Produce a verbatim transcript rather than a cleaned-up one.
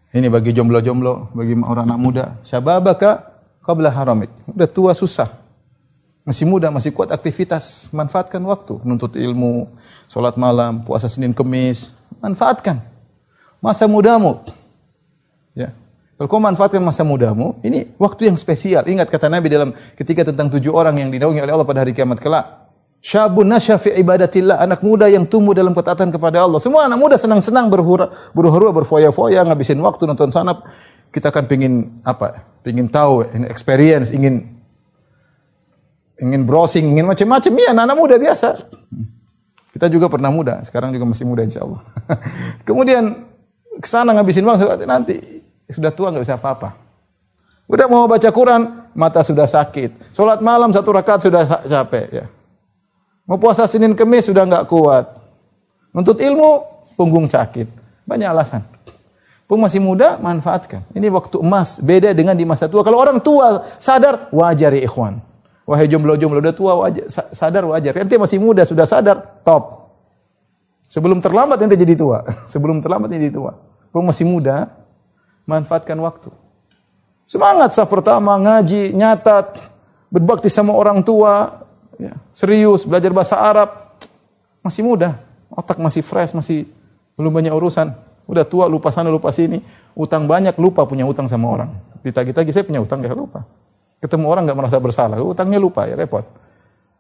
Ini bagi jomblo-jomblo, bagi orang anak muda. Syababaka qabla haramik. Udah tua susah. Masih muda, masih kuat aktivitas. Manfaatkan waktu. Menuntut ilmu, sholat malam, puasa Senin Kemis. Manfaatkan. Masa mudamu. Ya. Kalau kau manfaatkan masa mudamu, ini waktu yang spesial. Ingat kata Nabi dalam ketika tentang tujuh orang yang dinaungi oleh Allah pada hari kiamat kelak. Syabun nasya fi ibadatillah, anak muda yang tumbuh dalam ketaatan kepada Allah. Semua anak muda senang-senang berhura, berhura, berfoya-foya, ngabisin waktu nonton sana. Kita kan pingin apa? Pingin tahu, ingin experience, ingin ingin browsing, ingin macam-macam. Iya, anak-anak muda biasa. Kita juga pernah muda, sekarang juga masih muda insyaallah. Kemudian ke sana ngabisin waktu, nanti sudah tua enggak bisa apa-apa. Udah mau baca Quran, mata sudah sakit. Salat malam satu rakaat sudah capek ya. Mau puasa Senin Kemis sudah enggak kuat. Nuntut ilmu, punggung sakit. Banyak alasan. Pun masih muda, manfaatkan. Ini waktu emas, beda dengan di masa tua. Kalau orang tua sadar, wajar ya ikhwan. Wahai jomblo-jomblo, udah tua, wajar, sadar wajar. Ente masih muda, sudah sadar, top. Sebelum terlambat ente jadi tua. Sebelum terlambat ente jadi tua. Pun masih muda, manfaatkan waktu. Semangat sah pertama, ngaji, nyatat, berbakti sama orang tua, ya, serius, belajar bahasa Arab. Masih muda, otak masih fresh, masih belum banyak urusan. Udah tua, lupa sana, lupa sini. Utang banyak, lupa punya utang sama orang. Ditagih-tagih, saya punya utang, gak lupa. Ketemu orang gak merasa bersalah, utangnya lupa, ya repot.